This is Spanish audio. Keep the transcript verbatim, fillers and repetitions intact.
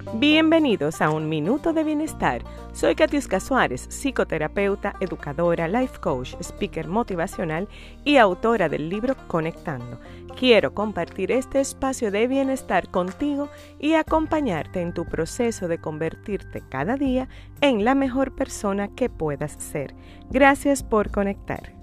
Bienvenidos a Un Minuto de Bienestar. Soy Katiuska Suárez, psicoterapeuta, educadora, life coach, speaker motivacional y autora del libro Conectando. Quiero compartir este espacio de bienestar contigo y acompañarte en tu proceso de convertirte cada día en la mejor persona que puedas ser. Gracias por conectar.